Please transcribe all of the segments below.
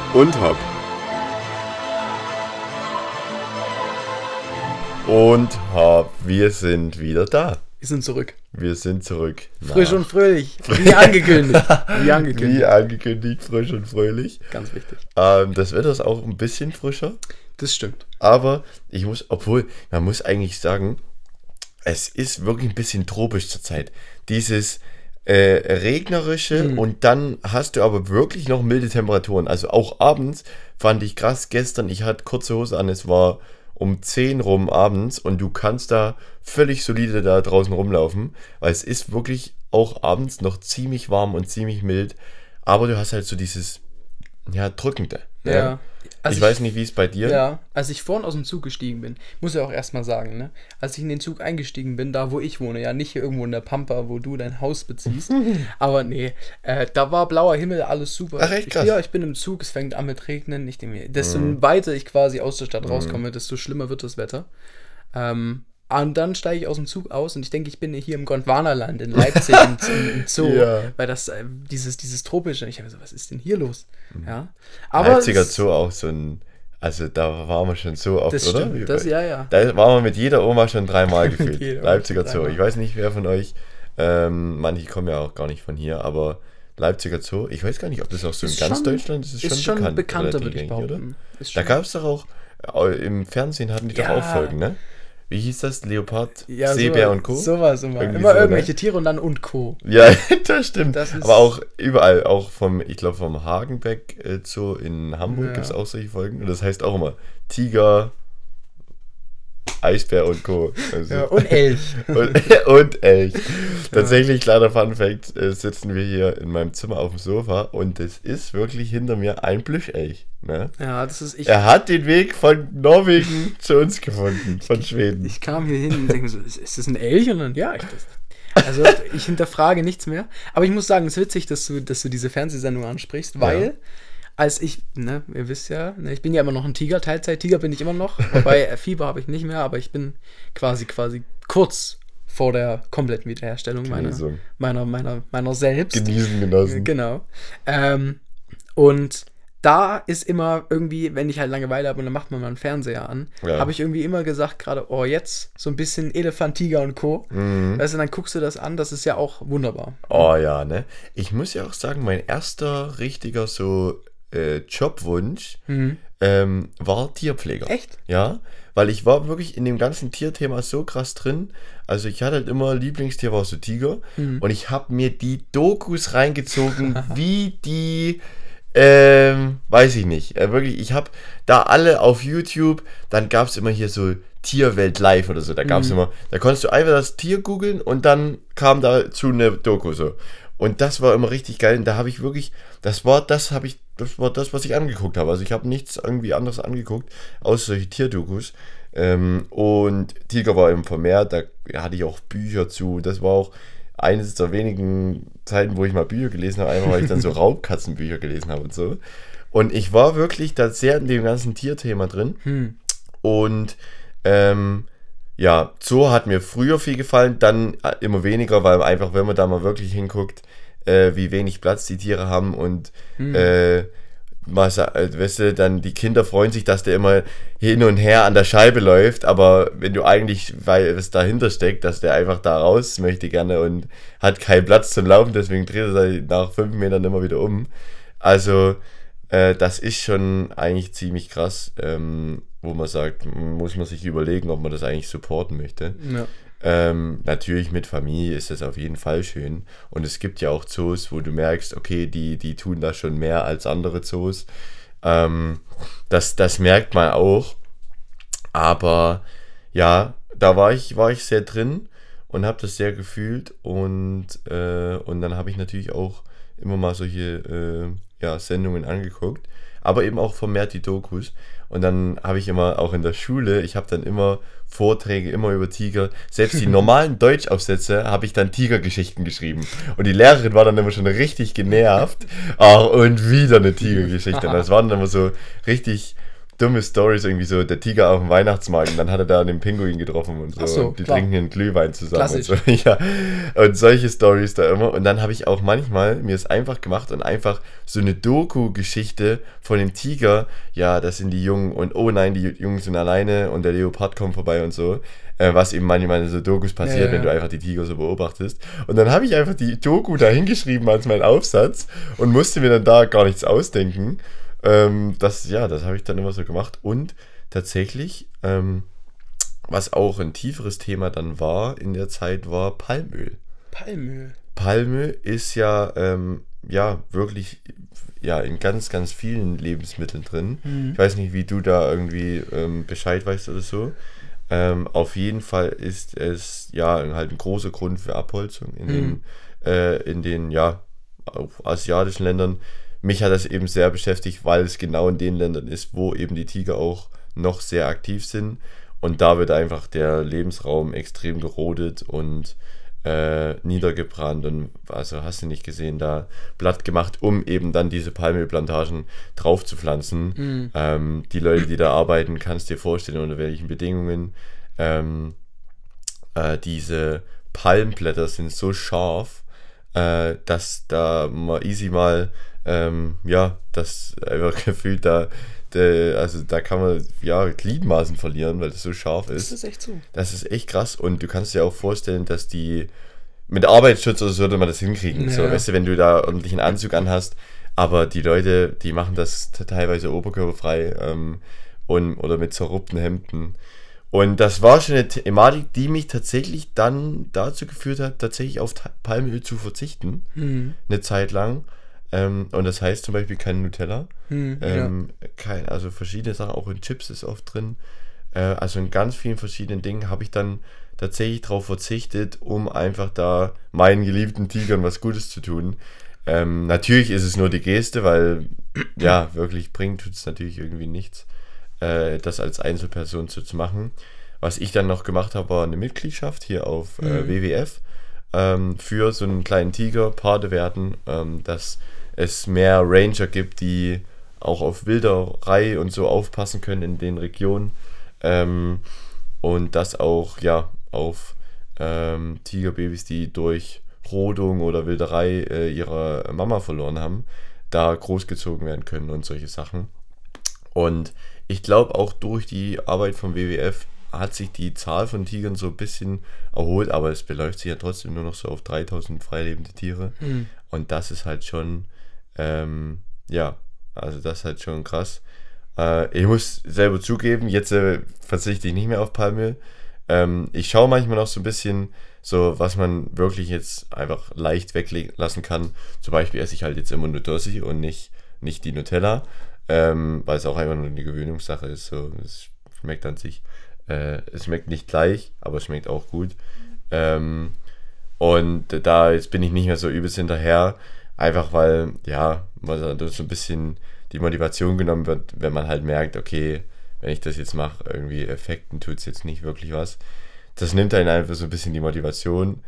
Und hab. Wir sind wieder da. Wir sind zurück. Wir sind zurück. Frisch und fröhlich. Wie angekündigt. Wie angekündigt, frisch und fröhlich. Ganz wichtig. Das Wetter ist auch ein bisschen frischer. Das stimmt. Aber man muss eigentlich sagen, es ist wirklich ein bisschen tropisch zurzeit. Dieses regnerische und dann hast du aber wirklich noch milde Temperaturen. Also auch abends fand ich krass. Gestern, ich hatte kurze Hose an, es war um 10 rum abends und du kannst da völlig solide da draußen rumlaufen, weil es ist wirklich auch abends noch ziemlich warm und ziemlich mild, aber du hast halt so dieses, drückende. Ja. Ich weiß nicht, wie es bei dir. Ja, als ich vorhin aus dem Zug gestiegen bin, muss ich auch erstmal sagen, ne? Als ich in den Zug eingestiegen bin, da wo ich wohne, ja nicht hier irgendwo in der Pampa, wo du dein Haus beziehst, aber nee, da war blauer Himmel, alles super. Ach, echt krass. Ich bin im Zug, es fängt an mit Regnen, ich denke mir, desto weiter ich quasi aus der Stadt rauskomme, desto schlimmer wird das Wetter. Und dann steige ich aus dem Zug aus und ich denke, ich bin hier im Gondwanaland in Leipzig im Zoo, weil das dieses tropische, ich habe so, was ist denn hier los? Ja. Aber Leipziger Zoo auch so ein, also da waren wir schon so oft, das oder? Stimmt, ja. Da waren wir mit jeder Oma schon 3-mal gefühlt. Leipziger Zoo. dreimal. Ich weiß nicht, wer von euch, manche kommen ja auch gar nicht von hier, aber Leipziger Zoo, ich weiß gar nicht, ob das auch so in ganz Deutschland ist. Ist schon bekannter, würde ich behaupten. Da gab es doch auch, im Fernsehen hatten die doch auch Folgen, ne? Wie hieß das? Leopard, Seebär und Co.? Sowas immer. Irgendwie Immer so, irgendwelche Tiere und dann und Co. Ja, das stimmt. Das ist aber auch überall, auch vom Hagenbeck Zoo in Hamburg gibt es auch solche Folgen. Und das heißt auch immer Tiger, Eisbär und Co. Also Ja, und Elch. und Elch. Tatsächlich, kleiner Funfact, sitzen wir hier in meinem Zimmer auf dem Sofa und es ist wirklich hinter mir ein Plüschelch. Ne? Ja, das ist ich. Er hat den Weg von Norwegen zu uns gefunden, von Schweden. Ich kam hier hin und denke so, ist das ein Elch? Und dann, ja, also ich hinterfrage nichts mehr. Aber ich muss sagen, es ist witzig, dass du diese Fernsehsendung ansprichst, weil als ich, ihr wisst ja, ich bin ja immer noch ein Tiger, Teilzeit-Tiger bin ich immer noch, wobei Fieber habe ich nicht mehr, aber ich bin quasi kurz vor der kompletten Wiederherstellung meiner selbst. Genießen genossen. Genau. Und da ist immer irgendwie, wenn ich halt Langeweile habe und dann macht man mal einen Fernseher an, habe ich irgendwie immer gesagt, gerade, jetzt so ein bisschen Elefant, Tiger und Co. Weißt du, dann guckst du das an, das ist ja auch wunderbar. Oh ja, ne? Ich muss ja auch sagen, mein erster richtiger so Jobwunsch war Tierpfleger. Echt? Ja, weil ich war wirklich in dem ganzen Tierthema so krass drin. Also ich hatte halt immer, Lieblingstier war so Tiger und ich habe mir die Dokus reingezogen, wie die weiß ich nicht. Wirklich, ich habe da alle auf YouTube, dann gab es immer hier so Tierwelt live oder so. Da gab es immer, da konntest du einfach das Tier googeln und dann kam dazu eine Doku so. Und das war immer richtig geil. Und da habe ich wirklich, das war das, was ich angeguckt habe. Also ich habe nichts irgendwie anderes angeguckt, außer solche Tierdokus. Und Tiger war eben vermehrt, da hatte ich auch Bücher zu. Das war auch eines der wenigen Zeiten, wo ich mal Bücher gelesen habe, einfach weil ich dann so Raubkatzenbücher gelesen habe und so. Und ich war wirklich da sehr in dem ganzen Tierthema drin. Und Zoo hat mir früher viel gefallen, dann immer weniger, weil einfach, wenn man da mal wirklich hinguckt, wie wenig Platz die Tiere haben und weißt du, dann die Kinder freuen sich, dass der immer hin und her an der Scheibe läuft, aber wenn du eigentlich, weil es dahinter steckt, dass der einfach da raus möchte gerne und hat keinen Platz zum Laufen, deswegen dreht er sich nach 5 Metern immer wieder um. Also das ist schon eigentlich ziemlich krass, wo man sagt, muss man sich überlegen, ob man das eigentlich supporten möchte. Ja. Natürlich mit Familie ist das auf jeden Fall schön und es gibt ja auch Zoos, wo du merkst, okay, die tun da schon mehr als andere Zoos. Das merkt man auch, aber ja, da war ich sehr drin und habe das sehr gefühlt und dann habe ich natürlich auch immer mal solche Sendungen angeguckt, aber eben auch vermehrt die Dokus. Und dann habe ich immer auch in der Schule, ich habe dann immer Vorträge immer über Tiger, selbst die normalen Deutschaufsätze habe ich dann Tigergeschichten geschrieben. Und die Lehrerin war dann immer schon richtig genervt. Und wieder eine Tigergeschichte. Und das war dann immer so richtig dumme Storys, irgendwie so, der Tiger auf dem Weihnachtsmarkt und dann hat er da den Pinguin getroffen und so. Ach so, und die klar. trinken einen Glühwein zusammen Klassisch. und so. Ja, und solche Storys da immer. Und dann habe ich auch manchmal mir es einfach gemacht und einfach so eine Doku-Geschichte von dem Tiger, ja, das sind die Jungen und oh nein, die Jungen sind alleine und der Leopard kommt vorbei und so. Was eben manchmal in so Dokus passiert, wenn du einfach die Tiger so beobachtest. Und dann habe ich einfach die Doku da hingeschrieben als meinen Aufsatz und musste mir dann da gar nichts ausdenken. Das habe ich dann immer so gemacht. Und tatsächlich, was auch ein tieferes Thema dann war in der Zeit, war Palmöl. Palmöl. Palmöl ist ja, wirklich in ganz, ganz vielen Lebensmitteln drin. Ich weiß nicht, wie du da irgendwie Bescheid weißt oder so. Auf jeden Fall ist es halt ein großer Grund für Abholzung in den auch asiatischen Ländern. Mich hat das eben sehr beschäftigt, weil es genau in den Ländern ist, wo eben die Tiger auch noch sehr aktiv sind. Und da wird einfach der Lebensraum extrem gerodet und niedergebrannt und also hast du nicht gesehen, da platt gemacht, um eben dann diese Palmölplantagen drauf zu pflanzen. Die Leute, die da arbeiten, kannst dir vorstellen, unter welchen Bedingungen. Diese Palmblätter sind so scharf, dass da mal easy mal, das einfach gefühlt da kann man Gliedmaßen verlieren, weil das so scharf ist. Das ist echt so. Das ist echt krass und du kannst dir auch vorstellen, dass die mit Arbeitsschutz oder so würde man das hinkriegen. Ja. So, weißt du, wenn du da ordentlichen Anzug anhast, aber die Leute, die machen das teilweise oberkörperfrei oder mit zerrupften Hemden. Und das war schon eine Thematik, die mich tatsächlich dann dazu geführt hat, tatsächlich auf Palmöl zu verzichten. Eine Zeit lang. Und das heißt zum Beispiel kein Nutella. Also verschiedene Sachen, auch in Chips ist oft drin. Also in ganz vielen verschiedenen Dingen habe ich dann tatsächlich darauf verzichtet, um einfach da meinen geliebten Tigern was Gutes zu tun. Natürlich ist es nur die Geste, weil wirklich bringt tut es natürlich irgendwie nichts, das als Einzelperson zu machen. Was ich dann noch gemacht habe, war eine Mitgliedschaft hier auf WWF für so einen kleinen Tiger Pate werden, dass es mehr Ranger gibt, die auch auf Wilderei und so aufpassen können in den Regionen und das auch auf Tigerbabys, die durch Rodung oder Wilderei ihre Mama verloren haben, da großgezogen werden können und solche Sachen. Und ich glaube auch durch die Arbeit vom WWF hat sich die Zahl von Tigern so ein bisschen erholt, aber es beläuft sich ja trotzdem nur noch so auf 3000 freilebende Tiere. Und das ist halt schon, also das ist halt schon krass. Ich muss selber zugeben, jetzt verzichte ich nicht mehr auf Palmöl. Ich schaue manchmal noch so ein bisschen, so was man wirklich jetzt einfach leicht weglassen kann. Zum Beispiel esse ich halt jetzt immer nur Dossi und nicht die Nutella, weil es auch einfach nur eine Gewöhnungssache ist. So, es schmeckt an sich. Es schmeckt nicht gleich, aber es schmeckt auch gut. Und da jetzt bin ich nicht mehr so übelst hinterher, einfach weil, so ein bisschen die Motivation genommen wird, wenn man halt merkt, okay, wenn ich das jetzt mache, irgendwie Effekten tut es jetzt nicht wirklich was. Das nimmt einen einfach so ein bisschen die Motivation.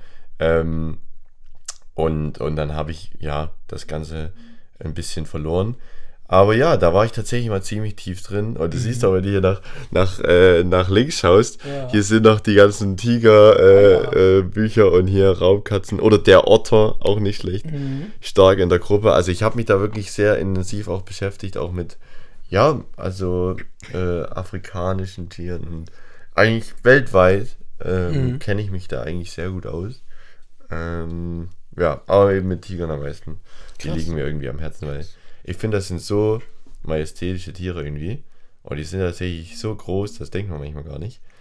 Und dann habe ich das Ganze ein bisschen verloren. Aber da war ich tatsächlich mal ziemlich tief drin. Und du siehst auch, wenn du hier nach links schaust, hier sind noch die ganzen Tiger-Bücher und hier Raubkatzen. Oder der Otter, auch nicht schlecht. Stark in der Gruppe. Also ich habe mich da wirklich sehr intensiv auch beschäftigt, auch mit, afrikanischen Tieren. Und eigentlich weltweit kenne ich mich da eigentlich sehr gut aus. Aber eben mit Tigern am meisten. Die liegen mir irgendwie am Herzen, weil ich finde, das sind so majestätische Tiere irgendwie. Und die sind tatsächlich so groß, das denkt man manchmal gar nicht.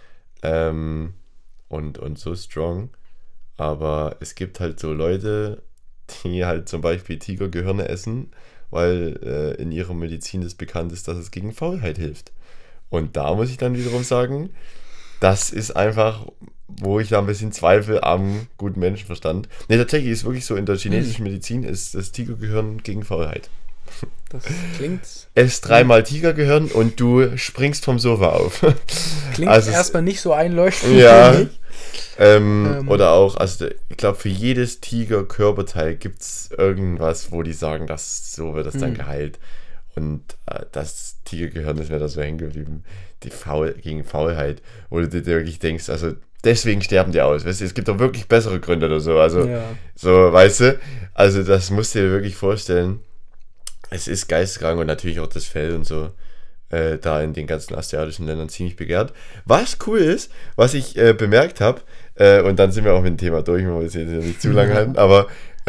Und so strong. Aber es gibt halt so Leute, die halt zum Beispiel Tigergehirne essen, weil in ihrer Medizin das bekannt ist, dass es gegen Faulheit hilft. Und da muss ich dann wiederum sagen, das ist einfach, wo ich da ein bisschen zweifle am guten Menschenverstand. Ne, tatsächlich ist wirklich so, in der chinesischen Medizin ist das Tigergehirn gegen Faulheit. Das klingt... Ess 3-mal Tigergehirn und du springst vom Sofa auf. Klingt erstmal nicht so einleuchtend. Ja. Oder auch, also ich glaube, für jedes Tigerkörperteil gibt es irgendwas, wo die sagen, so wird das dann geheilt. Und das Tigergehirn ist mir da so hängen geblieben. Gegen Faulheit. Wo du dir wirklich denkst, also deswegen sterben die aus. Weißt du, es gibt doch wirklich bessere Gründe oder so. Also, so, weißt du, also das musst du dir wirklich vorstellen. Es ist geisteskrank und natürlich auch das Fell und so. Da in den ganzen asiatischen Ländern ziemlich begehrt. Was cool ist, was ich bemerkt habe, und dann sind wir auch mit dem Thema durch, wir wollen es jetzt nicht zu lange halten, aber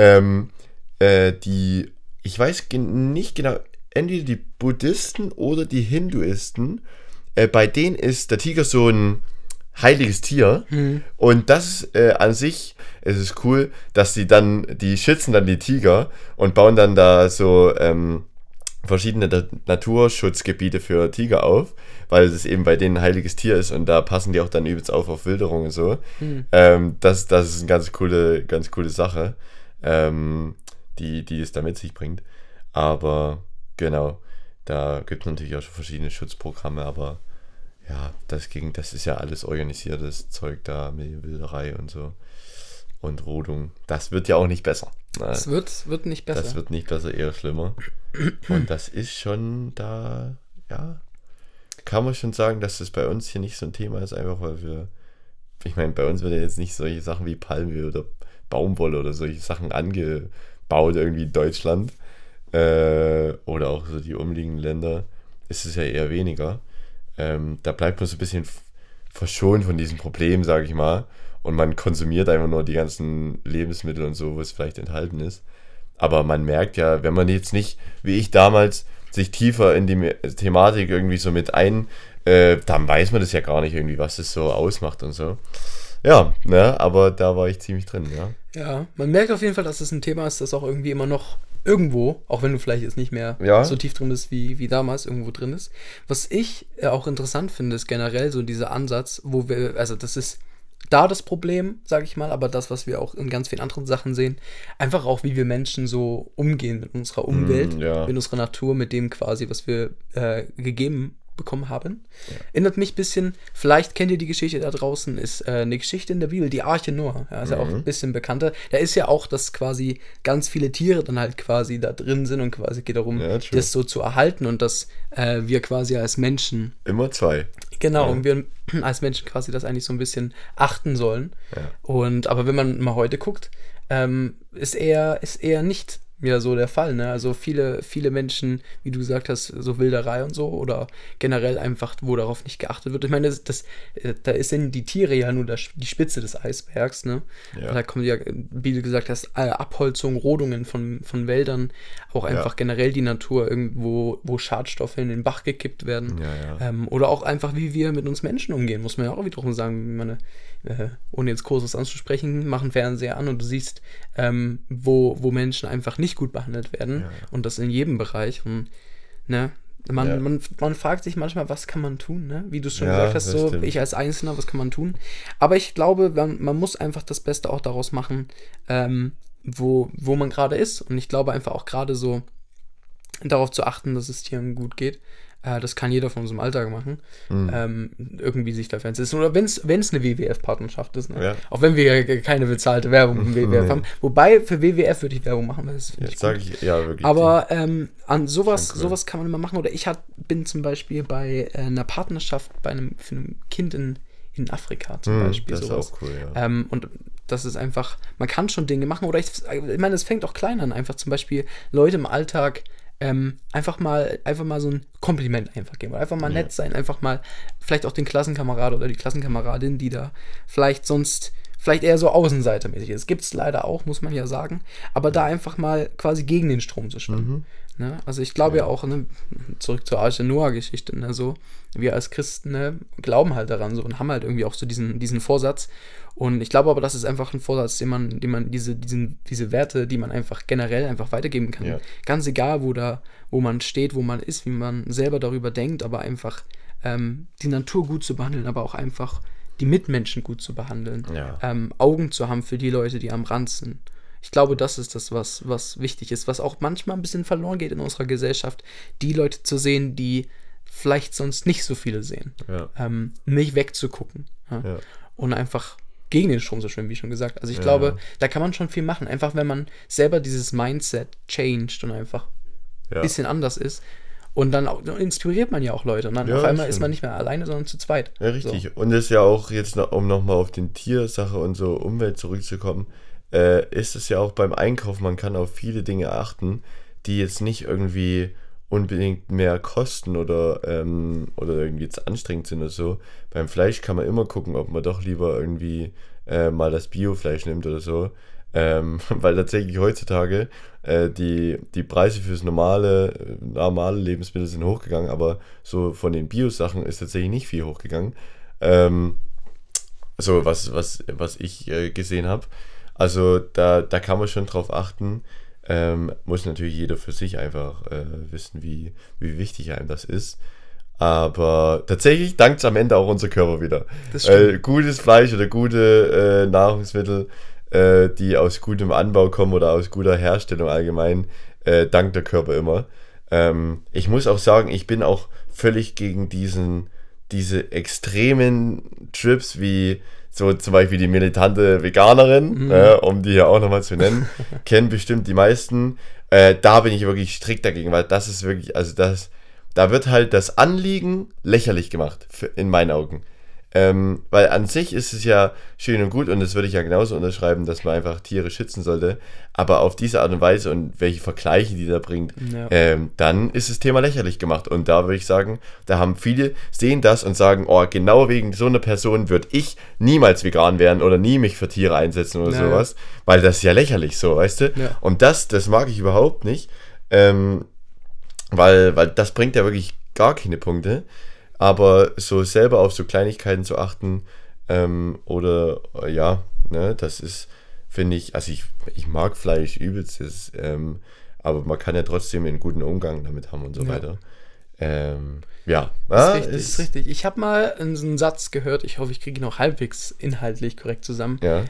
ich weiß nicht genau, entweder die Buddhisten oder die Hinduisten, bei denen ist der Tiger so ein heiliges Tier und das an sich, es ist cool, dass die schützen dann die Tiger und bauen dann da so verschiedene Naturschutzgebiete für Tiger auf, weil es eben bei denen ein heiliges Tier ist und da passen die auch dann übelst auf Wilderung und so. Das ist eine ganz coole Sache, die es da mit sich bringt. Aber genau, da gibt es natürlich auch schon verschiedene Schutzprogramme, aber ja, das ist ja alles organisiertes Zeug da mit Wilderei und so. Und Rodung. Das wird ja auch nicht besser. Das wird nicht besser. Das wird nicht besser, eher schlimmer. Und das ist schon da, ja, kann man schon sagen, dass das bei uns hier nicht so ein Thema ist, einfach weil ich meine, bei uns wird ja jetzt nicht solche Sachen wie Palmöl oder Baumwolle oder solche Sachen angebaut irgendwie in Deutschland. Oder auch so die umliegenden Länder. Ist es ja eher weniger. Da bleibt man so ein bisschen verschont von diesem Problem, sage ich mal. Und man konsumiert einfach nur die ganzen Lebensmittel und so, wo es vielleicht enthalten ist. Aber man merkt ja, wenn man jetzt nicht, wie ich damals, sich tiefer in die Thematik irgendwie so mit dann weiß man das ja gar nicht irgendwie, was das so ausmacht und so. Ja, ne, aber da war ich ziemlich drin, ja. Ja, man merkt auf jeden Fall, dass es ein Thema ist, das auch irgendwie immer noch irgendwo, auch wenn du vielleicht jetzt nicht mehr so tief drin bist wie damals, irgendwo drin ist. Was ich auch interessant finde, ist generell so dieser Ansatz, also das ist da das Problem, sage ich mal, aber das, was wir auch in ganz vielen anderen Sachen sehen, einfach auch, wie wir Menschen so umgehen mit unserer Umwelt, mit unserer Natur, mit dem quasi, was wir gegeben bekommen haben. Ja. Erinnert mich ein bisschen, vielleicht kennt ihr die Geschichte da draußen, ist eine Geschichte in der Bibel, die Arche Noah, ja, ist ja auch ein bisschen bekannter. Da ist ja auch, dass quasi ganz viele Tiere dann halt quasi da drin sind und quasi geht darum, das so zu erhalten und dass wir quasi als Menschen immer zwei. Genau, und wir als Menschen quasi das eigentlich so ein bisschen achten sollen. Ja. Aber wenn man mal heute guckt, ist eher nicht mehr so der Fall, ne? Also viele Menschen, wie du gesagt hast, so Wilderei und so oder generell einfach, wo darauf nicht geachtet wird. Ich meine, da sind die Tiere ja nur die Spitze des Eisbergs, ne? Ja. Da kommt ja, wie du gesagt hast, Abholzung, Rodungen von Wäldern, auch einfach generell die Natur irgendwo, wo Schadstoffe in den Bach gekippt werden. Ja. Oder auch einfach, wie wir mit uns Menschen umgehen, muss man ja auch wiederum sagen. Ohne jetzt Kurses anzusprechen, machen Fernseher an und du siehst, wo Menschen einfach nicht gut behandelt werden und das in jedem Bereich und ne, man fragt sich manchmal, was kann man tun, ne? Wie du schon gesagt hast, so stimmt. Ich als Einzelner, was kann man tun? Aber ich glaube, man muss einfach das Beste auch daraus machen, wo man gerade ist und ich glaube einfach auch gerade so darauf zu achten, dass es Tieren gut geht. Das kann jeder von unserem Alltag machen. Irgendwie sich da fernsetzen. Oder wenn es eine WWF-Partnerschaft ist. Ne? Ja. Auch wenn wir ja keine bezahlte Werbung im WWF haben. Wobei, für WWF würde ich Werbung machen. Weil das jetzt sage ich, ja, wirklich. Aber an sowas kann man immer machen. Oder ich bin zum Beispiel bei einer Partnerschaft für ein Kind in Afrika zum Beispiel. Das sowas. Ist auch cool, ja. Und das ist einfach, man kann schon Dinge machen. Oder ich meine, es fängt auch klein an. Einfach zum Beispiel Leute im Alltag einfach mal so ein Kompliment einfach geben. Einfach mal nett sein, einfach mal vielleicht auch den Klassenkamerad oder die Klassenkameradin, die da vielleicht eher so außenseitermäßig ist. Gibt es leider auch, muss man ja sagen. Aber da einfach mal quasi gegen den Strom zu schwimmen. Ne? Also ich glaube ja auch, ne, zurück zur Arche Noah-Geschichte, ne, so, wir als Christen, ne, glauben halt daran so und haben halt irgendwie auch so diesen Vorsatz. Und ich glaube aber, das ist einfach ein Vorsatz, den man diese Werte, die man einfach generell einfach weitergeben kann. Ja. Ganz egal, wo man steht, wo man ist, wie man selber darüber denkt, aber einfach die Natur gut zu behandeln, aber auch einfach die Mitmenschen gut zu behandeln. Ja. Augen zu haben für die Leute, die am Rand sind. Ich glaube, das ist das, was wichtig ist, was auch manchmal ein bisschen verloren geht in unserer Gesellschaft, die Leute zu sehen, die vielleicht sonst nicht so viele sehen. Ja. Nicht wegzugucken. Ja? Und einfach gegen den Strom zu schwimmen, wie schon gesagt. Also ich glaube, da kann man schon viel machen. Einfach, wenn man selber dieses Mindset changed und einfach ein bisschen anders ist. Und dann inspiriert man ja auch Leute. Und dann auf einmal ist man nicht mehr alleine, sondern zu zweit. Ja, richtig. So. Und es ist ja auch jetzt, um nochmal auf den Tiersache und so Umwelt zurückzukommen, ist es ja auch beim Einkauf, man kann auf viele Dinge achten, die jetzt nicht irgendwie unbedingt mehr kosten oder irgendwie jetzt anstrengend sind oder so. Beim Fleisch kann man immer gucken, ob man doch lieber irgendwie mal das Biofleisch nimmt oder so. Weil tatsächlich heutzutage die Preise fürs normale Lebensmittel sind hochgegangen, aber so von den Bio-Sachen ist tatsächlich nicht viel hochgegangen. So was ich gesehen habe. Also da kann man schon drauf achten. Muss natürlich jeder für sich einfach wissen, wie wichtig einem das ist. Aber tatsächlich dankt es am Ende auch unser Körper wieder. Gutes Fleisch oder gute Nahrungsmittel, die aus gutem Anbau kommen oder aus guter Herstellung allgemein, dankt der Körper immer. Ich muss auch sagen, ich bin auch völlig gegen diese extremen Trips wie so zum Beispiel die militante Veganerin, um die hier auch nochmal zu nennen, kennen bestimmt die meisten. Da bin ich wirklich strikt dagegen, weil das ist wirklich, also da wird halt das Anliegen lächerlich gemacht, in meinen Augen. Weil an sich ist es ja schön und gut und das würde ich ja genauso unterschreiben, dass man einfach Tiere schützen sollte, aber auf diese Art und Weise und welche Vergleiche die da bringt, dann ist das Thema lächerlich gemacht und da würde ich sagen, da haben viele, sehen das und sagen, oh, genau wegen so einer Person würde ich niemals vegan werden oder nie mich für Tiere einsetzen oder sowas, weil das ist ja lächerlich so, weißt du, und das mag ich überhaupt nicht, weil das bringt ja wirklich gar keine Punkte. Aber so selber auf so Kleinigkeiten zu achten, das ist, finde ich, also ich mag Fleisch übelst, aber man kann ja trotzdem einen guten Umgang damit haben und so weiter. Ist richtig. Ich habe mal einen Satz gehört, ich hoffe, ich kriege ihn noch halbwegs inhaltlich korrekt zusammen. Ja.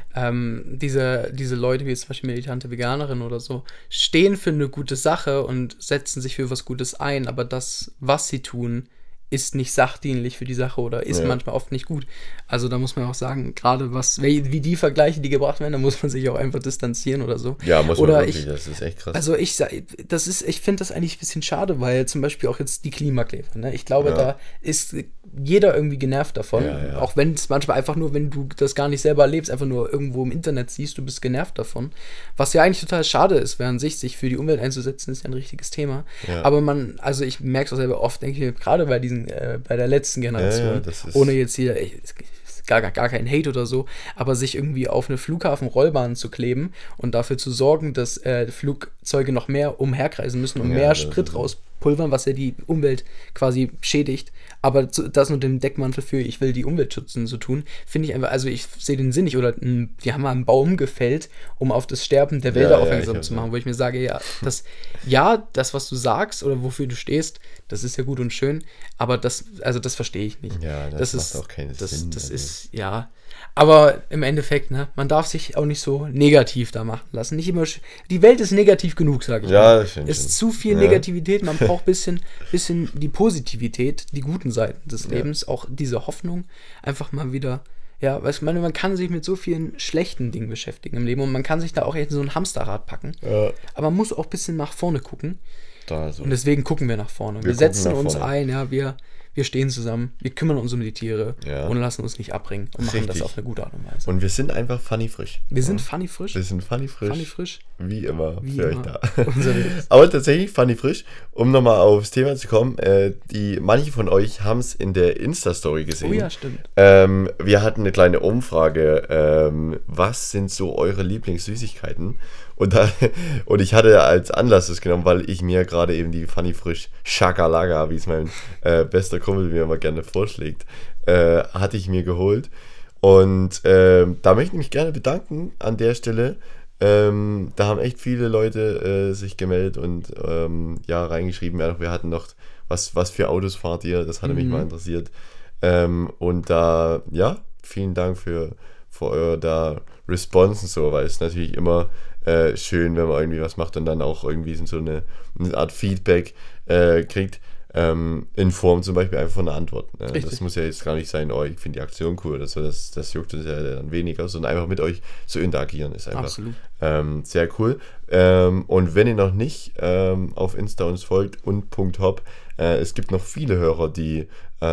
Diese Leute, wie jetzt zum Beispiel militante Veganerin oder so, stehen für eine gute Sache und setzen sich für was Gutes ein, aber das, was sie tun, ist nicht sachdienlich für die Sache oder ist manchmal oft nicht gut. Also da muss man auch sagen, gerade wie die Vergleiche, die gebracht werden, da muss man sich auch einfach distanzieren oder so. Ja, muss man wirklich, das ist echt krass. Also ich finde das eigentlich ein bisschen schade, weil zum Beispiel auch jetzt die Klimakleber, ne? Ich glaube, da ist jeder irgendwie genervt davon, auch wenn es manchmal einfach nur, wenn du das gar nicht selber erlebst, einfach nur irgendwo im Internet siehst, du bist genervt davon. Was ja eigentlich total schade ist, während sich für die Umwelt einzusetzen, ist ja ein richtiges Thema. Ja. Aber ich merke es auch selber oft, denke ich, gerade bei der letzten Generation, ohne jetzt hier gar kein Hate oder so, aber sich irgendwie auf eine Flughafenrollbahn zu kleben und dafür zu sorgen, dass Flugzeuge noch mehr umherkreisen müssen und mehr Sprit rauspulvern, was ja die Umwelt quasi schädigt, aber das unter dem Deckmantel für ich will die Umwelt schützen zu tun, finde ich einfach, also ich sehe den Sinn nicht, oder die haben mal einen Baum gefällt, um auf das Sterben der Wälder aufmerksam zu machen, wo ich mir sage, das, was du sagst oder wofür du stehst, das ist ja gut und schön, aber das verstehe ich nicht. Ja, das macht auch keinen Sinn. Das ist, aber im Endeffekt, ne, man darf sich auch nicht so negativ da machen lassen. Nicht immer, die Welt ist negativ genug, sage ich mal. Das ist zu viel Negativität, man braucht ein bisschen die Positivität, die guten Seiten des Lebens, auch diese Hoffnung, einfach mal wieder, man kann sich mit so vielen schlechten Dingen beschäftigen im Leben und man kann sich da auch echt in so ein Hamsterrad packen, aber man muss auch ein bisschen nach vorne gucken. Und deswegen gucken wir nach vorne. Wir setzen uns ein, wir stehen zusammen, wir kümmern uns um die Tiere und lassen uns nicht abbringen und machen das auf eine gute Art und Weise. Und wir sind einfach funny frisch. Wir sind funny frisch. Funny frisch. Wie immer für euch da. Unterwegs. Aber tatsächlich funny frisch, um nochmal aufs Thema zu kommen, manche von euch haben es in der Insta-Story gesehen. Oh ja, stimmt. Wir hatten eine kleine Umfrage, was sind so eure Lieblingssüßigkeiten? Und ich hatte als Anlass das genommen, weil ich mir gerade eben die Funny Frisch Shakalaka, wie es mein bester Kumpel mir immer gerne vorschlägt, hatte ich mir geholt. Und da möchte ich mich gerne bedanken an der Stelle. Da haben echt viele Leute sich gemeldet und reingeschrieben. Ja, wir hatten noch, was für Autos fahrt ihr? Das hatte mich mal interessiert. Und da, vielen Dank für euer da Response und so, weil es natürlich immer schön, wenn man irgendwie was macht und dann auch irgendwie so eine Art Feedback kriegt. in Form zum Beispiel einfach von einer Antwort. Ne? Richtig. Das muss ja jetzt gar nicht sein, oh, ich finde die Aktion cool oder so, das juckt uns ja dann weniger, sondern einfach mit euch zu interagieren ist einfach Absolut. sehr cool. Und wenn ihr noch nicht auf Insta uns folgt und .hop, es gibt noch viele Hörer, die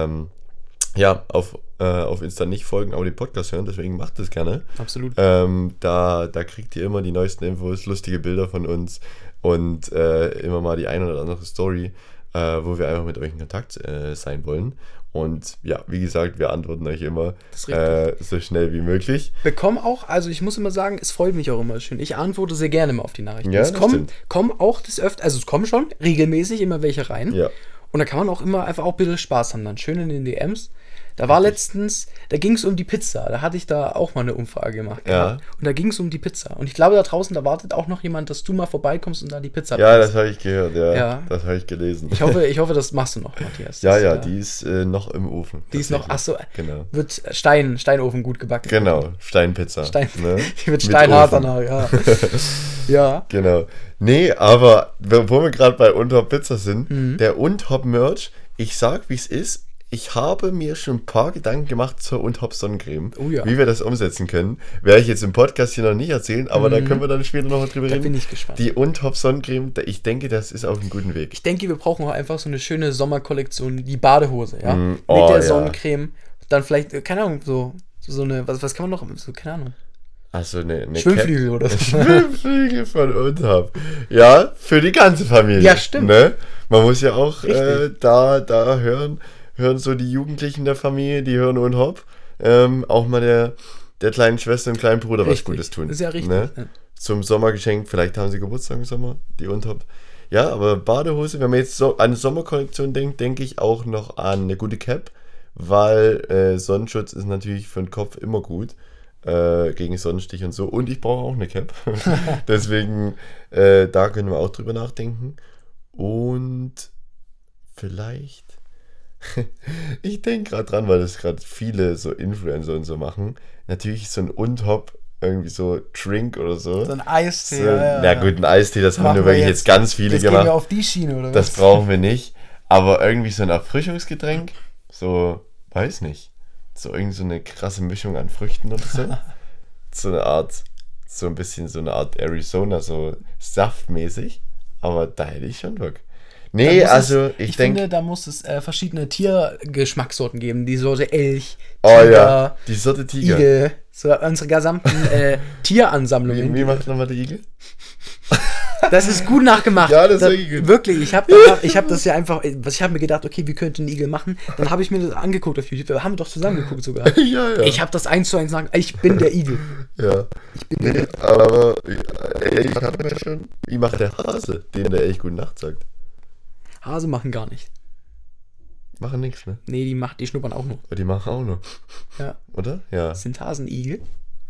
auf Insta nicht folgen, aber den Podcast hören, deswegen macht das gerne. Absolut. Da kriegt ihr immer die neuesten Infos, lustige Bilder von uns und immer mal die eine oder andere Story, wo wir einfach mit euch in Kontakt sein wollen. Und ja, wie gesagt, wir antworten euch immer so schnell wie möglich. Bekomme auch, also ich muss immer sagen, es freut mich auch immer schön. Ich antworte sehr gerne mal auf die Nachrichten. Ja, es das kommen auch des Öfteren, also es kommen schon regelmäßig immer welche rein. Ja. Und da kann man auch immer einfach auch ein bisschen Spaß haben, dann schön in den DMs. Da war letztens, da ging es um die Pizza. Da hatte ich da auch mal eine Umfrage gemacht. Ja. Und da ging es um die Pizza. Und ich glaube, da draußen, da wartet auch noch jemand, dass du mal vorbeikommst und da die Pizza Ja, bringst. das habe ich gehört, ja. Ja. Das habe ich gelesen. Ich hoffe, das machst du noch, Matthias. Ja, Das, die ist noch im Ofen. Die ist noch, achso, Genau. wird Steinofen gut gebacken. Genau, Steinpizza. Die wird Mit steinhart Ofen. danach, ja. Ja. Genau. Nee, aber wo wir gerade bei Unthop Pizza sind, der Unthop Merch, ich sag, wie es ist, ich habe mir schon ein paar Gedanken gemacht zur Unthop Sonnencreme, Oh ja. wie wir das umsetzen können. Werde ich jetzt im Podcast hier noch nicht erzählen, aber da können wir dann später noch mal drüber Da reden. bin ich gespannt. Die Unthop Sonnencreme, ich denke, das ist auf einem guten Weg. Ich denke, wir brauchen auch einfach so eine schöne Sommerkollektion, die Badehose, ja? Mit oh, der ja. Sonnencreme, dann vielleicht, keine Ahnung, so eine, was kann man noch, so, keine Ahnung, Also eine Schwimmflügel oder so. Schwimmflügel von Unthop. Ja, für die ganze Familie. Ja, stimmt. Ne? Man muss ja auch Richtig. da hören so die Jugendlichen der Familie, die hören Unthop. Auch mal der kleinen Schwester und kleinen Bruder was Richtig. Gutes tun. Ist ja richtig. Ne? Ja. Zum Sommergeschenk, vielleicht haben sie Geburtstag im Sommer, die Unthop. Ja, aber Badehose, wenn man jetzt so an Sommerkollektion denkt, denke ich auch noch an eine gute Cap, weil Sonnenschutz ist natürlich für den Kopf immer gut. Gegen Sonnenstich und so. Und ich brauche auch eine Cap. Deswegen, da können wir auch drüber nachdenken. Und vielleicht, ich denke gerade dran, weil das gerade viele so Influencer und so machen. Natürlich so ein Unthop, irgendwie so Drink oder so. So ein Eistee. So, na gut, ein Eistee, das haben Machen nur wir wirklich jetzt. jetzt ganz viele Jetzt gehen wir gemacht. auf die Schiene, oder Das was? brauchen wir nicht. Aber irgendwie so ein Erfrischungsgetränk, so, weiß nicht. So irgend so eine krasse Mischung an Früchten oder so. So ein bisschen so eine Art Arizona, so saftmäßig. Aber da hätte ich schon Bock. Nee, Da muss also ich ich denke. finde, da muss es verschiedene Tiergeschmackssorten geben. Die Sorte Elch, Oh Tiger, ja, die Sorte Tiger. Igel. So unsere gesamten Tieransammlungen. Wie macht nochmal der Igel? Das ist gut nachgemacht. Ja, das ist wirklich gut. Wirklich, ich hab das ja einfach, ich habe mir gedacht, okay, wie könnte ein Igel machen? Dann habe ich mir das angeguckt auf YouTube. Wir haben doch zusammen geguckt sogar. Ja. Ich habe das 1:1 gesagt, ich bin der Igel. Ja. Nee, aber ich hatte mir schon. Wie macht der Hase, den der echt gute Nacht sagt? Hase machen gar nicht. Machen nichts, ne? Nee, die schnuppern auch nur. Aber die machen auch nur. Ja. Oder? Ja. Sind Hasen Igel?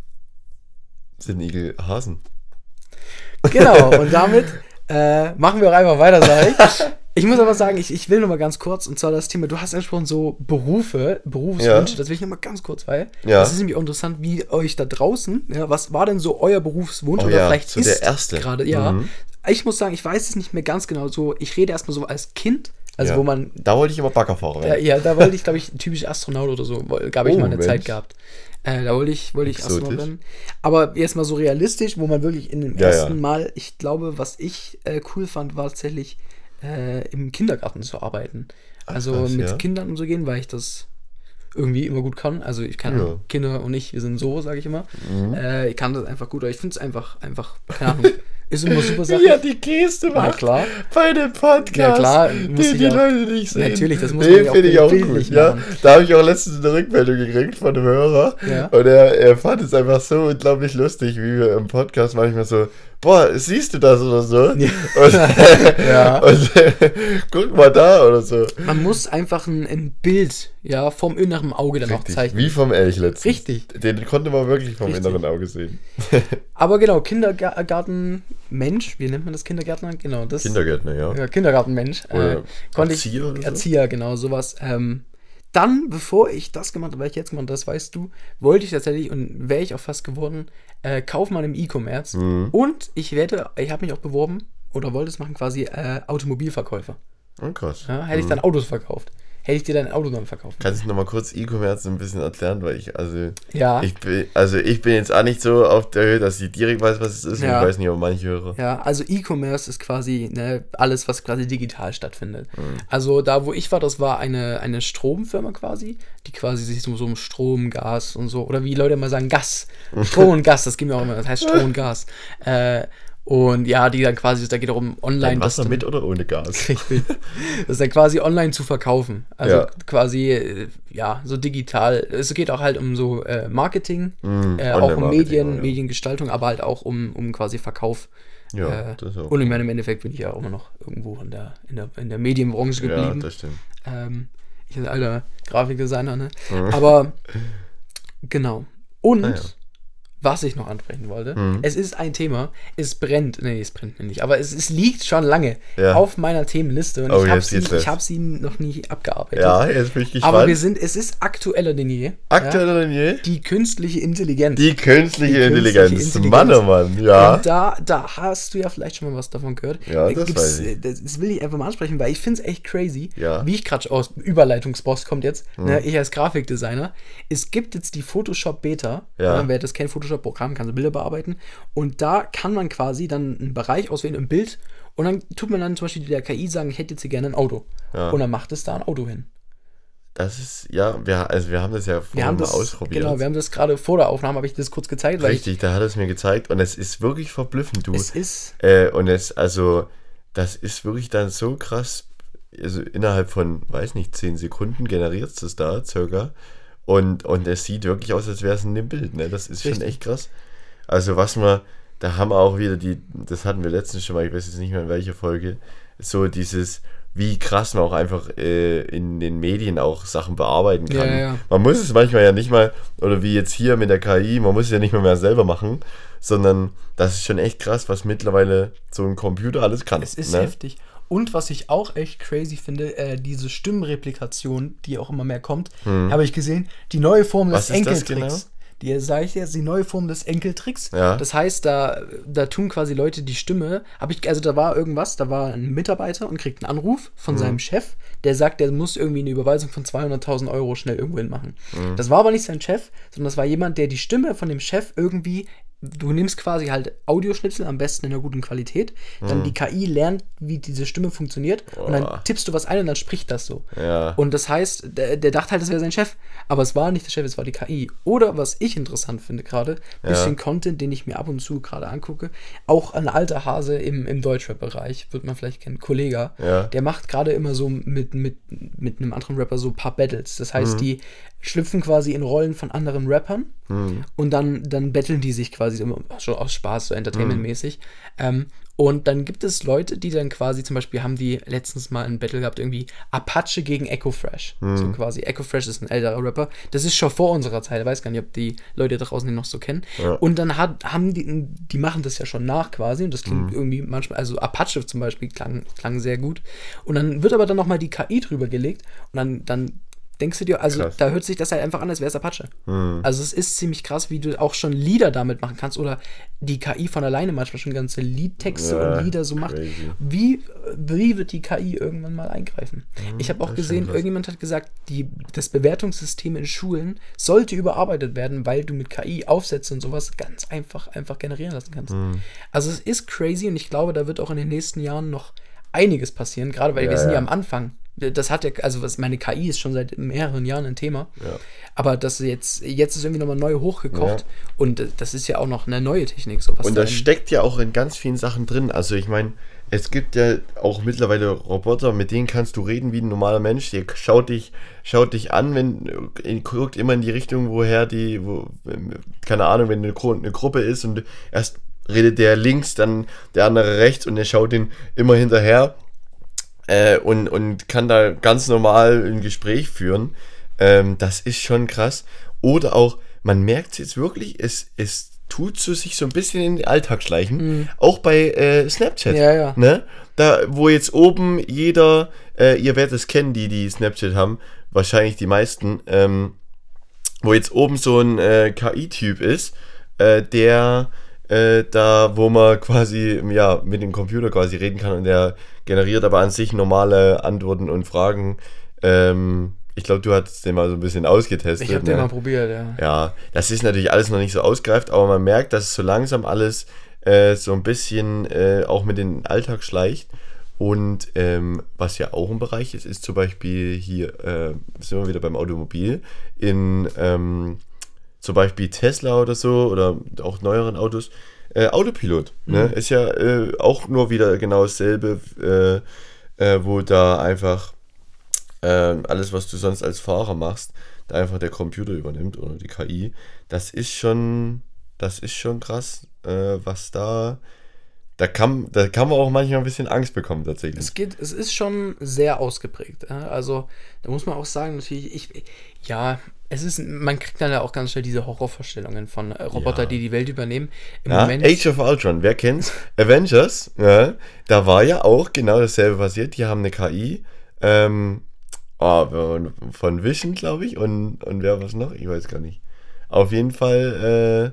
Sind Igel Hasen? Genau, und damit machen wir auch einfach weiter, sage ich. Ich muss aber sagen, ich will noch mal ganz kurz, und zwar das Thema, du hast angesprochen, so Berufswünsche, Ja. das will ich noch mal ganz kurz, weil Ja. das ist nämlich auch interessant, wie euch da draußen, ja, was war denn so euer Berufswunsch Oh oder ja, vielleicht so ist der erste. gerade, ja. Mhm. Ich muss sagen, ich weiß es nicht mehr ganz genau so, ich rede erstmal so als Kind, also Ja. wo man, Da wollte ich immer Baggerfahrer werden. ja, da wollte ich, glaube ich, typisch Astronaut oder so, gab ich Oh, mal eine Mensch. Zeit gehabt. Da wollte ich Exotisch. Astronaut werden. Aber jetzt mal so realistisch, wo man wirklich in dem Ja, ersten ja. Mal, ich glaube, was ich cool fand, war tatsächlich im Kindergarten zu arbeiten. Also krass, mit ja. Kindern und so gehen, weil ich das irgendwie immer gut kann. Also ich kann Ja. Mhm. Kinder und ich, wir sind so, sage ich immer. Ich kann das einfach gut, aber ich finde es einfach, keine Ahnung, ist immer super Sache. Wie er die Geste Na macht klar. bei dem Podcast. Ja, klar, muss Den ich die auch- Leute nicht sehen. Natürlich, das muss man ja auch finde ich auch bildlich gut. Ja, machen. da habe ich auch letztens eine Rückmeldung gekriegt von einem Hörer. Ja. Und er fand es einfach so unglaublich lustig, wie wir im Podcast manchmal so, boah, siehst du das oder so? Ja. Und, Ja. und guck mal da oder so. Man muss einfach ein Bild, ja, vom inneren Auge dann auch Richtig, zeichnen. wie vom Elch letztens. Richtig. Den konnte man wirklich vom Richtig. inneren Auge sehen. Aber genau, Kindergartenmensch, wie nennt man das, Kindergärtner? Genau, das. Kindergärtner, ja. Ja, Kindergartenmensch. Oder Konnte Erzieher ich, oder so? Erzieher, genau, sowas. Dann, bevor ich das gemacht habe, weil ich jetzt gemacht habe, das weißt du, wollte ich tatsächlich, und wäre ich auch fast geworden, Kaufmann im E-Commerce. Mhm. Und ich habe mich auch beworben, oder wollte es machen, quasi Automobilverkäufer. Oh, krass. Ja, hätte ich dann Autos verkauft. Hätte ich dir dein Auto dann verkauft. Kannst du nochmal kurz E-Commerce ein bisschen erklären, weil ich bin jetzt auch nicht so auf der Höhe, dass ich direkt weiß, was es ist. Ja. Und ich weiß nicht, ob manche höre. Ja, also E-Commerce ist quasi alles, was quasi digital stattfindet. Also da, wo ich war, das war eine Stromfirma quasi, die quasi sich so um Strom, Gas und so, oder wie Leute immer sagen, Gas. Strom und Gas, das gibt mir auch immer, das heißt Strom und Gas. Und ja, die dann quasi, da geht auch um online. Wasser mit oder ohne Gas? Das ist dann quasi online zu verkaufen. Also quasi, so digital. Es geht auch halt um so Marketing, auch um Mediengestaltung, aber halt auch um quasi Verkauf. Ja, das auch. Und ich meine, im Endeffekt bin ich ja auch immer noch irgendwo in der Medienbranche geblieben. Ja, das stimmt. Ich bin ein alter Grafikdesigner, ne? Aber genau. Und was ich noch ansprechen wollte, es ist ein Thema, es brennt nicht, aber es liegt schon lange auf meiner Themenliste und ich habe sie noch nie abgearbeitet. Ja, jetzt bin ich gespannt. Aber es ist aktueller denn je. Aktueller denn je? Die künstliche Intelligenz. Die künstliche Intelligenz. Mann, oh Mann, ja. Und da hast du ja vielleicht schon mal was davon gehört. Ja, das weiß ich. Das will ich einfach mal ansprechen, weil ich finde es echt crazy, ja. wie ich gerade aus Überleitungsboss kommt jetzt, ich als Grafikdesigner, es gibt jetzt die Photoshop Beta, wer das kennt, Photoshop-Programm, kann so Bilder bearbeiten und da kann man quasi dann einen Bereich auswählen im Bild und dann tut man dann zum Beispiel der KI sagen, ich hätte jetzt hier gerne ein Auto und dann macht es da ein Auto hin. Das ist, wir haben das ja vorher mal ausprobiert. Genau, wir haben das gerade vor der Aufnahme, habe ich das kurz gezeigt. Richtig, da hat es mir gezeigt und es ist wirklich verblüffend, du. Es ist. Das ist wirklich dann so krass, also innerhalb von, 10 Sekunden generiert es das da, circa. Und es sieht wirklich aus, als wäre es in dem Bild, ne? Das ist schon echt krass. Also da haben wir auch wieder das hatten wir letztens schon mal, ich weiß jetzt nicht mehr in welcher Folge, so dieses, wie krass man auch einfach in den Medien auch Sachen bearbeiten kann. Ja. Man muss es manchmal ja nicht mal, oder wie jetzt hier mit der KI, man muss es ja nicht mal mehr selber machen, sondern das ist schon echt krass, was mittlerweile so ein Computer alles kann. Es ist heftig. Und was ich auch echt crazy finde, diese Stimmreplikation, die auch immer mehr kommt, habe ich gesehen, die neue Form des Enkeltricks. Die neue Form des Enkeltricks. Ja. Das heißt, da tun quasi Leute die Stimme, da war ein Mitarbeiter und kriegt einen Anruf von seinem Chef, der sagt, der muss irgendwie eine Überweisung von 200.000 Euro schnell irgendwo hin machen. Das war aber nicht sein Chef, sondern das war jemand, der die Stimme von dem Chef irgendwie, du nimmst quasi halt Audioschnipsel, am besten in einer guten Qualität, dann die KI lernt, wie diese Stimme funktioniert und dann tippst du was ein und dann spricht das so. Ja. Und das heißt, der dachte halt, das wäre sein Chef, aber es war nicht der Chef, es war die KI. Oder was ich interessant finde gerade, bisschen Content, den ich mir ab und zu gerade angucke, auch ein alter Hase im Deutschrap-Bereich, wird man vielleicht kennen, Kollega, der macht gerade immer so mit einem anderen Rapper so ein paar Battles. Das heißt, die schlüpfen quasi in Rollen von anderen Rappern und dann battlen die sich quasi immer schon aus Spaß, so entertainmentmäßig. Und dann gibt es Leute, die dann quasi, zum Beispiel haben die letztens mal ein Battle gehabt, irgendwie Apache gegen Echo Fresh. So quasi, Echo Fresh ist ein älterer Rapper. Das ist schon vor unserer Zeit, ich weiß gar nicht, ob die Leute da draußen den noch so kennen. Ja. Und dann haben die machen das ja schon nach quasi und das klingt irgendwie manchmal, also Apache zum Beispiel klang sehr gut. Und dann wird aber dann nochmal die KI drüber gelegt und dann denkst du dir, also krass. Da hört sich das halt einfach an, als wäre es Apache. Also es ist ziemlich krass, wie du auch schon Lieder damit machen kannst oder die KI von alleine manchmal schon ganze Liedtexte und Lieder so macht. Wie wird die KI irgendwann mal eingreifen? Ich habe auch gesehen, irgendjemand hat gesagt, das Bewertungssystem in Schulen sollte überarbeitet werden, weil du mit KI Aufsätze und sowas ganz einfach generieren lassen kannst. Also es ist crazy und ich glaube, da wird auch in den nächsten Jahren noch einiges passieren, gerade weil wir sind ja am Anfang. Das hat ja, also meine KI ist schon seit mehreren Jahren ein Thema, aber das jetzt ist irgendwie nochmal neu hochgekocht und das ist ja auch noch eine neue Technik. So was und das steckt ja auch in ganz vielen Sachen drin, also ich meine, es gibt ja auch mittlerweile Roboter, mit denen kannst du reden wie ein normaler Mensch, der schaut dich an, guckt immer in die Richtung, keine Ahnung, wenn eine Gruppe ist und erst redet der links, dann der andere rechts und der schaut den immer hinterher. Und kann da ganz normal ein Gespräch führen. Das ist schon krass. Oder auch, man merkt es jetzt wirklich, es tut sich so ein bisschen in den Alltag schleichen. Auch bei Snapchat. Ja. Ne? Da, wo jetzt oben jeder, ihr werdet es kennen, die Snapchat haben, wahrscheinlich die meisten, wo jetzt oben so ein KI-Typ ist, der da wo man quasi ja mit dem Computer quasi reden kann und der generiert aber an sich normale Antworten und Fragen. Ich glaube, du hattest den mal so ein bisschen ausgetestet. Ich habe den mal probiert, ja. Ja, das ist natürlich alles noch nicht so ausgereift, aber man merkt, dass es so langsam alles so ein bisschen auch mit in den Alltag schleicht. Und was ja auch ein Bereich ist, ist zum Beispiel hier, sind wir wieder beim Automobil, in zum Beispiel Tesla oder so oder auch neueren Autos, Autopilot. Ne? Ist ja auch nur wieder genau dasselbe, wo da einfach alles, was du sonst als Fahrer machst, da einfach der Computer übernimmt oder die KI. Das ist schon krass, was da kann man auch manchmal ein bisschen Angst bekommen tatsächlich. Es ist schon sehr ausgeprägt. Ja? Also da muss man auch sagen, natürlich, man kriegt dann ja auch ganz schnell diese Horrorvorstellungen von Robotern, die Welt übernehmen. Im Moment, Age of Ultron, wer kennt's? Avengers, ja, da war ja auch genau dasselbe passiert. Die haben eine KI, von Vision, glaube ich, und wer was noch? Ich weiß gar nicht. Auf jeden Fall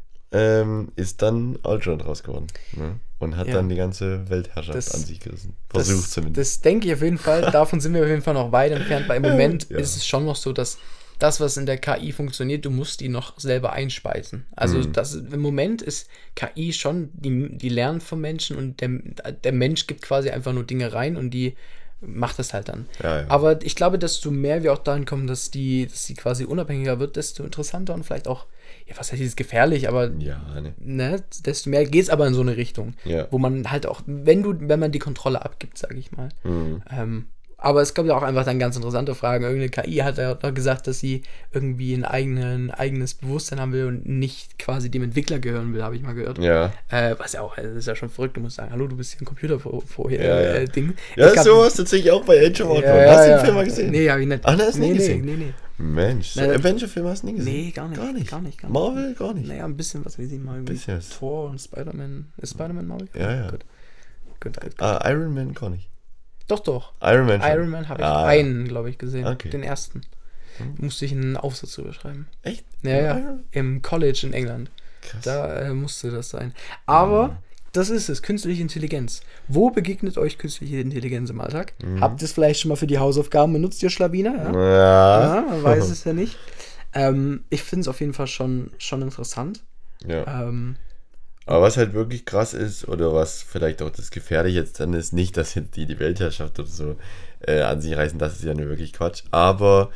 ist dann Ultron draus geworden. Ne? Und hat dann die ganze Weltherrschaft an sich gerissen. Versucht zumindest. Das denke ich auf jeden Fall. Davon sind wir auf jeden Fall noch weit entfernt, weil im Moment ist es schon noch so, dass das, was in der KI funktioniert, du musst die noch selber einspeisen. Also im Moment ist KI schon, die lernt vom Menschen und der Mensch gibt quasi einfach nur Dinge rein und die macht das halt dann. Ja. Aber ich glaube, desto mehr wir auch dahin kommen, dass die quasi unabhängiger wird, desto interessanter und vielleicht auch, was heißt dieses gefährlich, aber desto mehr geht es aber in so eine Richtung, wo man halt auch, wenn man die Kontrolle abgibt, sage ich mal. Aber es gab ja auch einfach dann ganz interessante Fragen. Irgendeine KI hat ja auch gesagt, dass sie irgendwie ein eigenes Bewusstsein haben will und nicht quasi dem Entwickler gehören will, habe ich mal gehört. Ja. Was ja auch, das ist ja schon verrückt. Du musst sagen, hallo, du bist hier ein Computer Ding. Ja, sowas tatsächlich auch bei Age of Ultron. Hast du den Film mal gesehen? Nee, habe ich nicht. Ach, hast du nie gesehen? Nee. Mensch, Avenger-Film hast du nie gesehen? Nee, gar nicht. Marvel, gar nicht? Naja, ein bisschen was, wie sie mal bisschen Thor und Spider-Man. Ist Spider-Man Marvel? Ja. Gut. Iron Man gar nicht. Doch. Iron Man habe ich einen, glaube ich, gesehen. Okay. Den ersten. Musste ich einen Aufsatz drüber schreiben. Echt? Ja. Im College in England. Krass. Da musste das sein. Aber das ist es, künstliche Intelligenz. Wo begegnet euch künstliche Intelligenz im Alltag? Habt ihr es vielleicht schon mal für die Hausaufgaben benutzt, ihr Schlawiner? Ja, man weiß es ja nicht. Ich finde es auf jeden Fall schon interessant. Ja. Aber was halt wirklich krass ist, oder was vielleicht auch das Gefährliche jetzt dann ist, nicht, dass jetzt die Weltherrschaft oder so an sich reißen, das ist ja nur wirklich Quatsch, aber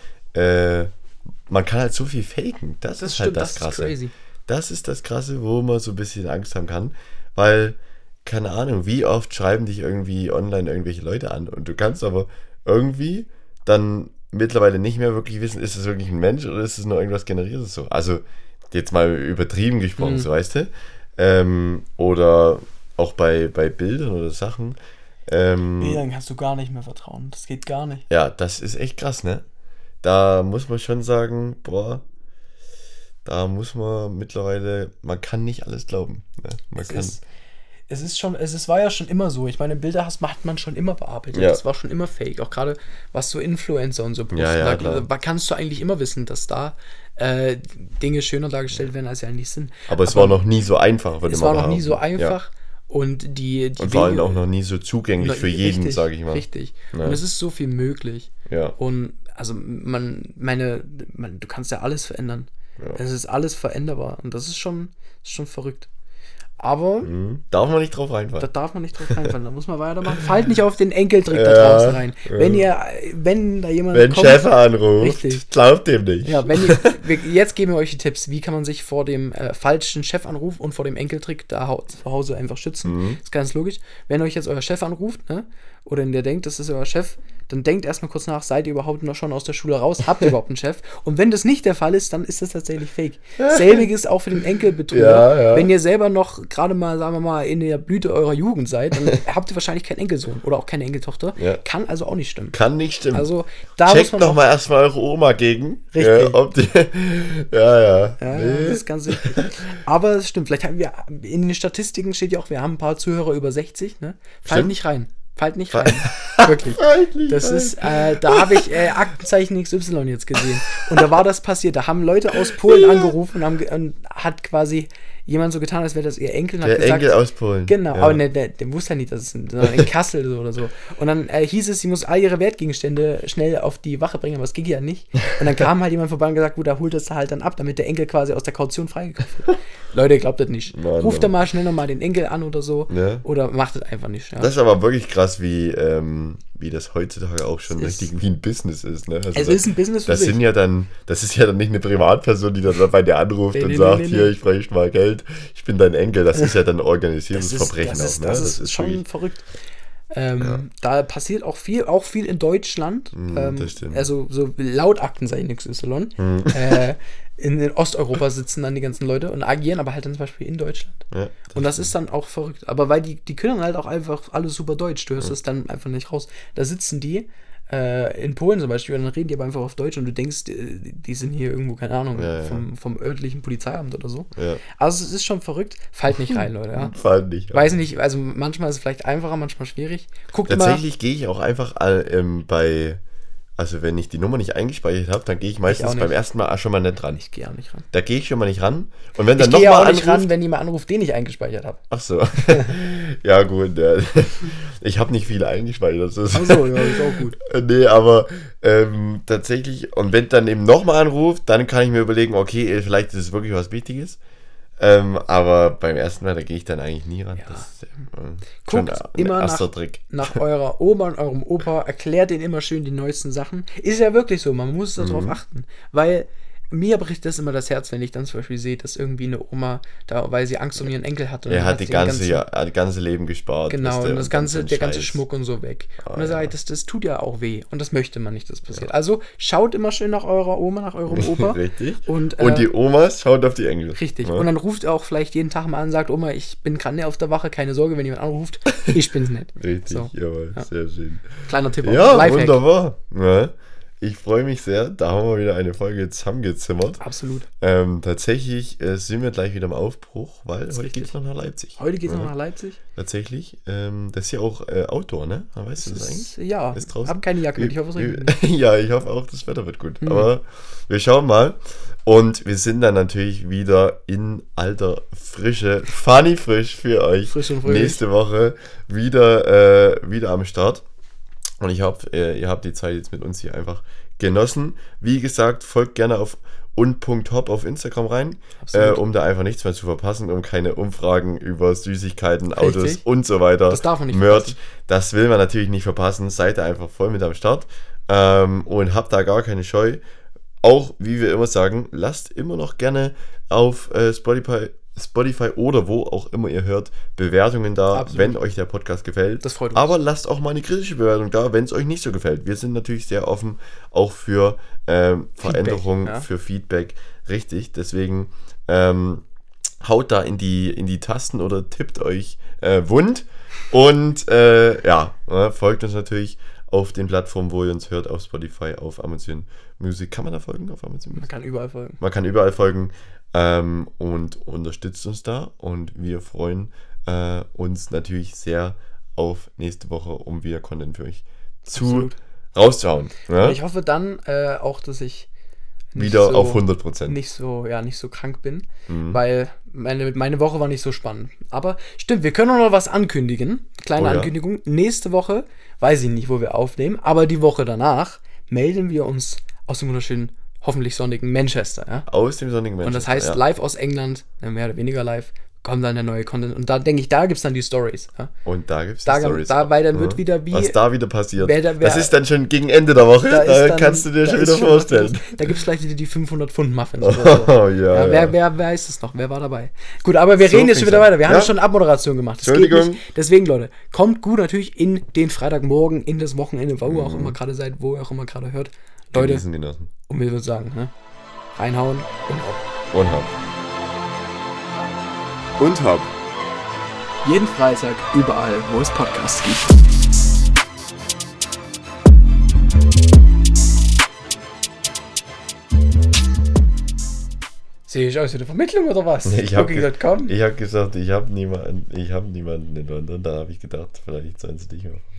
man kann halt so viel faken. Das ist halt das Krasse. Das ist crazy. Das ist das Krasse, wo man so ein bisschen Angst haben kann, weil, keine Ahnung, wie oft schreiben dich irgendwie online irgendwelche Leute an und du kannst aber irgendwie dann mittlerweile nicht mehr wirklich wissen, ist es wirklich ein Mensch oder ist es nur irgendwas Generiertes so. Also jetzt mal übertrieben gesprochen, so weißt du. Oder auch bei Bildern oder Sachen. Bildern kannst du gar nicht mehr vertrauen. Das geht gar nicht. Ja, das ist echt krass, ne? Da muss man schon sagen, da muss man mittlerweile, man kann nicht alles glauben. Ne? Es war ja schon immer so. Ich meine, Bilder hat man schon immer bearbeitet. Das war schon immer fake. Auch gerade, was so Influencer und so posten. Da kannst du eigentlich immer wissen, dass da Dinge schöner dargestellt werden, als sie eigentlich sind. Aber es war noch nie so einfach. Es war noch nie so einfach. Und und vor allem auch noch nie so zugänglich für jeden, sage ich mal. Richtig. Ja. Und es ist so viel möglich. Ja. Und also du kannst ja alles verändern. Ja. Es ist alles veränderbar. Und das ist schon verrückt. Aber darf man nicht drauf reinfallen. Da darf man nicht drauf reinfallen. Da muss man weitermachen. Fallt nicht auf den Enkeltrick da draußen rein. Wenn da jemand kommt, Chef anruft, glaubt dem nicht. Ja, jetzt geben wir euch die Tipps. Wie kann man sich vor dem falschen Chefanruf und vor dem Enkeltrick da zu Hause einfach schützen? Das ist ganz logisch. Wenn euch jetzt euer Chef anruft, ne, oder der denkt, das ist euer Chef, dann denkt erstmal kurz nach, seid ihr überhaupt noch schon aus der Schule raus? Habt ihr überhaupt einen Chef? Und wenn das nicht der Fall ist, dann ist das tatsächlich fake. Selbiges auch für den Enkelbetrüger. Ja. Wenn ihr selber noch gerade mal, sagen wir mal, in der Blüte eurer Jugend seid, dann habt ihr wahrscheinlich keinen Enkelsohn oder auch keine Enkeltochter. Ja. Kann also auch nicht stimmen. Kann nicht stimmen. Also, da checkt doch mal erstmal eure Oma gegen. Richtig. Ja, das ist ganz wichtig. Aber es stimmt, vielleicht haben wir, in den Statistiken steht ja auch, wir haben ein paar Zuhörer über 60, ne? Fallt nicht rein. Wirklich. Das ist, da habe ich Aktenzeichen XY jetzt gesehen. Und da war das passiert. Da haben Leute aus Polen angerufen und hat quasi jemand so getan, als wäre das ihr Enkel und Der hat gesagt, Enkel aus Polen. genau, Ja. aber der wusste ja nicht, dass es sondern in Kassel so oder so. Und dann hieß es, sie muss all ihre Wertgegenstände schnell auf die Wache bringen, aber es ging ja nicht. Und dann kam halt jemand vorbei und gesagt, gut, da holt es halt dann ab, damit der Enkel quasi aus der Kaution freigekauft wird. Leute, glaubt das nicht. Mann, Ruft da mal schnell nochmal den Enkel an oder so. Ja. Oder macht es einfach nicht. Ja. Das ist aber wirklich krass, wie das heutzutage auch schon Es ist- richtig wie ein Business ist. Ne? Also Es ist ein Business für das sich. sind ja dann, das ist ja dann nicht eine Privatperson, die dann bei dir anruft Nee, und nee, sagt, nee, hier, nee. ich bräuchte mal Geld, ich bin dein Enkel. Das ist ja dann organisiertes Verbrechen das auch. Ne? ist schon wirklich- verrückt. Da passiert auch viel in Deutschland. das stimmt. Also so laut Akten sei XY. In Osteuropa sitzen dann die ganzen Leute und agieren aber halt dann zum Beispiel in Deutschland. Ja, Und das ist dann auch verrückt. Aber weil die können halt auch einfach alles super Deutsch. Du hörst es dann einfach nicht raus. Da sitzen die in Polen zum Beispiel und dann reden die aber einfach auf Deutsch und du denkst, die sind hier irgendwo, keine Ahnung, Ja, ja. vom örtlichen Polizeiamt oder so. Ja. Also es ist schon verrückt. Fallt nicht rein, Leute. Ja. Fall nicht. Weiß nicht, also manchmal ist es vielleicht einfacher, manchmal schwierig. Guckt Tatsächlich gehe ich auch einfach also wenn ich die Nummer nicht eingespeichert habe, dann gehe ich meistens auch nicht. beim ersten Mal schon mal nicht ran. Ich gehe auch nicht ran. Da gehe ich schon mal nicht ran. Und wenn dann Ich gehe ja nochmal auch nicht anruft, ran, wenn jemand anruft, den ich eingespeichert habe. ach so. Ja, gut. Ich habe nicht viele eingespeichert. Das ist, Achso, ja, ist auch gut. nee, aber tatsächlich, und wenn dann eben nochmal anruft, dann kann ich mir überlegen, okay, vielleicht ist es wirklich was Wichtiges. Aber beim ersten Mal, da gehe ich dann eigentlich nie ran. Ja. Das ist Guckt schon ein immer erster Trick. nach eurer Oma und eurem Opa, erklärt denen immer schön die neuesten Sachen. Ist ja wirklich so, man muss darauf achten. Weil mir bricht das immer das Herz, wenn ich dann zum Beispiel sehe, dass irgendwie eine Oma, da, weil sie Angst um ihren Enkel hatte. und Er dann hat sie das ganze Leben gespart. Genau, wisst ihr, und der ganze Scheiß. Schmuck und so weg. Und dann ja. sage ich, das tut ja auch weh. Und das möchte man nicht, dass passiert. Also schaut immer schön nach eurer Oma, nach eurem Opa. Richtig. Und, die Omas schauen auf die Enkel. Richtig. Ja? Und dann ruft ihr auch vielleicht jeden Tag mal an und sagt, Oma, ich bin gerade nicht auf der Wache, keine Sorge, wenn jemand anruft, ich bin's nicht. Richtig, So. jawohl, sehr schön. Kleiner Tipp. auch. Ja, Lifehack. wunderbar. Ja, ich freue mich sehr. Da haben wir wieder eine Folge zusammengezimmert. Absolut. Tatsächlich sind wir gleich wieder im Aufbruch, weil heute richtig. geht es noch nach Leipzig. Heute geht's noch Ja, nach Leipzig. Tatsächlich. Das ist ja auch Outdoor, ne? Weißt du das eigentlich? Ja, Ist draußen. hab keine Jacke mit, ich hoffe, es regnet nicht. Ja, ich hoffe auch, das Wetter wird gut. Aber wir schauen mal. Und wir sind dann natürlich wieder in alter Frische, funny frisch für euch. Frisch und fröhlich. Nächste Woche wieder am Start. Und ich hoffe, ihr habt die Zeit jetzt mit uns hier einfach genossen. Wie gesagt, folgt gerne auf und.hop auf Instagram rein, Absolut. um da einfach nichts mehr zu verpassen, um keine Umfragen über Süßigkeiten, Autos Richtig. und so weiter. Das darf man nicht Merch, verpassen. das will man natürlich nicht verpassen. Seid da einfach voll mit am Start und habt da gar keine Scheu. Auch, wie wir immer sagen, lasst immer noch gerne auf Spotify oder wo auch immer ihr hört, Bewertungen da, Absolut. wenn euch der Podcast gefällt. Das freut uns. Aber lasst auch mal eine kritische Bewertung da, wenn es euch nicht so gefällt. Wir sind natürlich sehr offen, auch für Veränderungen, ja. für Feedback. Richtig, deswegen haut da in die Tasten oder tippt euch wund. Und folgt uns natürlich auf den Plattformen, wo ihr uns hört, auf Spotify, auf Amazon Music. Kann man da folgen auf Amazon Man Music? kann überall folgen. Man kann überall folgen und unterstützt uns da. Und wir freuen uns natürlich sehr auf nächste Woche, um wieder Content für euch Absolut. rauszuhauen. Ja? Und ich hoffe dann auch, dass ich nicht Wieder so, auf 100%. nicht so krank bin, Mhm. weil meine Woche war nicht so spannend. Aber stimmt, wir können auch noch was ankündigen. Kleine Oh ja. Ankündigung. Nächste Woche, weiß ich nicht, wo wir aufnehmen, aber die Woche danach melden wir uns aus dem wunderschönen, hoffentlich sonnigen Manchester. Ja? Aus dem sonnigen Menschen. Und das heißt, ja. live aus England, mehr oder weniger live, kommt dann der neue Content. Und da denke ich, da gibt es dann die Stories. Ja? Und da gibt es Da- die Stories. weil dann wird wieder wie- was da wieder passiert. Wer- das ist dann schon gegen Ende der Woche. Da ist Da dann- kannst du dir da schon ist wieder vorstellen. was los. Da gibt es vielleicht wieder die 500-Pfund-Muffins oder so. Oh, ja. Wer weiß es noch? Wer war dabei? Gut, aber wir So reden jetzt schon fing's wieder an. weiter. Wir haben Ja? schon Abmoderation gemacht. Das geht Entschuldigung. nicht. Deswegen, Leute, kommt gut natürlich in den Freitagmorgen, in das Wochenende, wo ihr auch immer gerade seid, wo ihr auch immer gerade hört. Leute, Genießen, genossen. und wir würden sagen, ne? Reinhauen und auf. Und hab. Und hab. Jeden Freitag, überall, wo es Podcasts gibt. Sehe ich aus wie eine Vermittlung oder was? Ich habe Booking.com? gesagt, ich hab niemanden in London. Da habe ich gedacht, vielleicht sollen sie dich auch.